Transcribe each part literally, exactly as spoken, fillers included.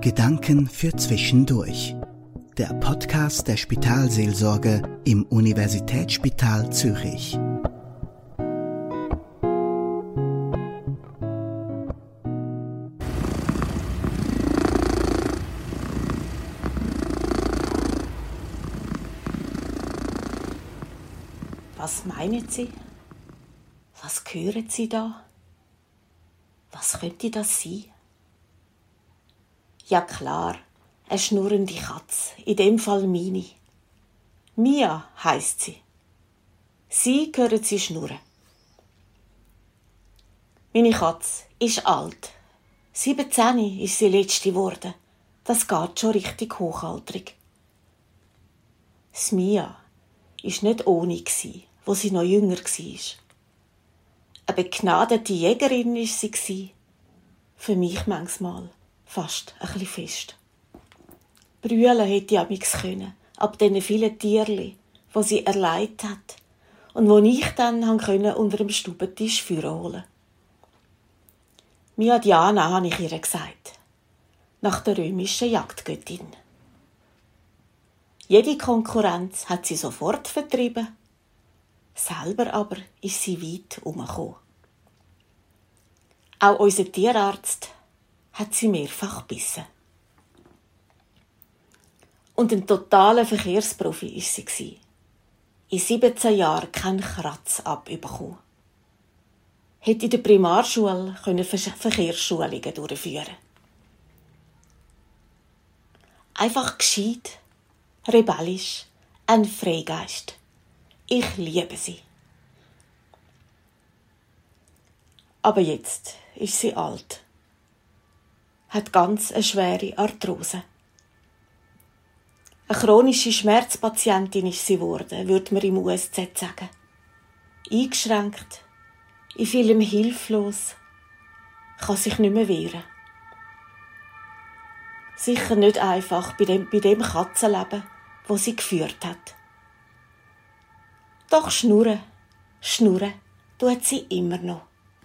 Gedanken für Zwischendurch. Der Podcast der Spitalseelsorge im Universitätsspital Zürich. Was meinen Sie? Was hören Sie da? Was könnte das sein? Ja klar, eine schnurrende Katze, in dem Fall meine. Mia heisst sie. Sie hören sie schnurren. Meine Katze ist alt. siebzehn ist sie letzte geworden. Das geht schon richtig hochaltrig. Das Mia ist nicht ohne gsi, wo sie noch jünger war. Eine begnadete Jägerin war sie. Für mich manchmal fast ein bisschen fest. Brüllen hätte ich amix können, ab diesen vielen Tierli, wo sie erleidet hat und wo ich dann können unter dem Stubentisch führen holen. Mia Diana habe ich ihr gesagt, nach der römischen Jagdgöttin. Jede Konkurrenz hat sie sofort vertrieben, selber aber ist sie weit herumgekommen. Auch unser Tierarzt hat sie mehrfach gebissen. Und ein totaler Verkehrsprofi war sie. In siebzehn Jahren keinen Kratz abbekommen. Hätte in der Primarschule Verkehrsschulungen durchführen. Einfach gescheit, rebellisch, ein Freigeist. Ich liebe sie. Aber jetzt ist sie alt. Hat ganz eine schwere Arthrose. Eine chronische Schmerzpatientin ist sie geworden, würde man im U S Z sagen. Eingeschränkt, in vielem hilflos, kann sich nicht mehr wehren. Sicher nicht einfach bei dem, bei dem Katzenleben, das sie geführt hat. Doch schnurren, schnurren tut sie immer noch.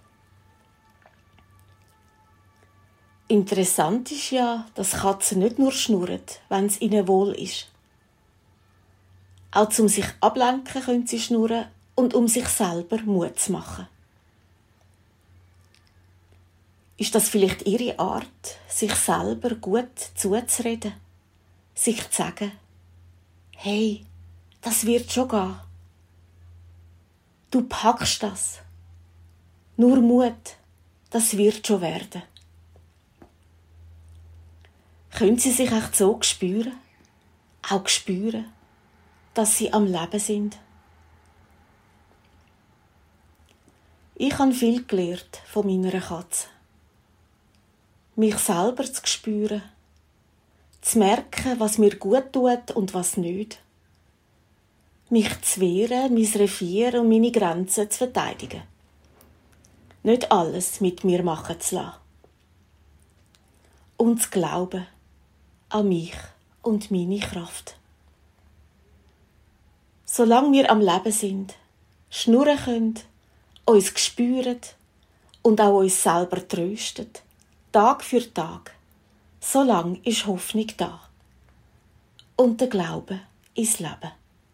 Interessant ist ja, dass Katzen nicht nur schnurren, wenn es ihnen wohl ist. Auch zum sich ablenken können sie schnurren und um sich selber Mut zu machen. Ist das vielleicht ihre Art, sich selber gut zuzureden? Sich zu sagen, hey, das wird schon gehen. Du packst das. Nur Mut, das wird schon werden. Können sie sich echt so spüren, auch spüren, dass sie am Leben sind? Ich habe viel gelernt von meiner Katze. Mich selber zu spüren, zu merken, was mir gut tut und was nicht. Mich zu wehren, mein Revier und meine Grenzen zu verteidigen. Nicht alles mit mir machen zu lassen. Und zu glauben an mich und meine Kraft. Solange wir am Leben sind, schnurren können, uns spüren und auch uns selber trösten, Tag für Tag, solange ist Hoffnung da. Und der Glaube ins Leben.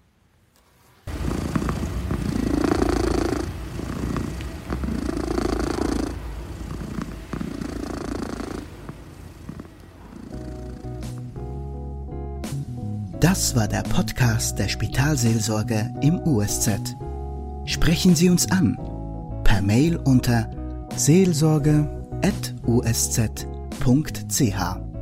Das war der Podcast der Spitalseelsorge im U S Z. Sprechen Sie uns an per Mail unter seelsorge at u s z punkt c h.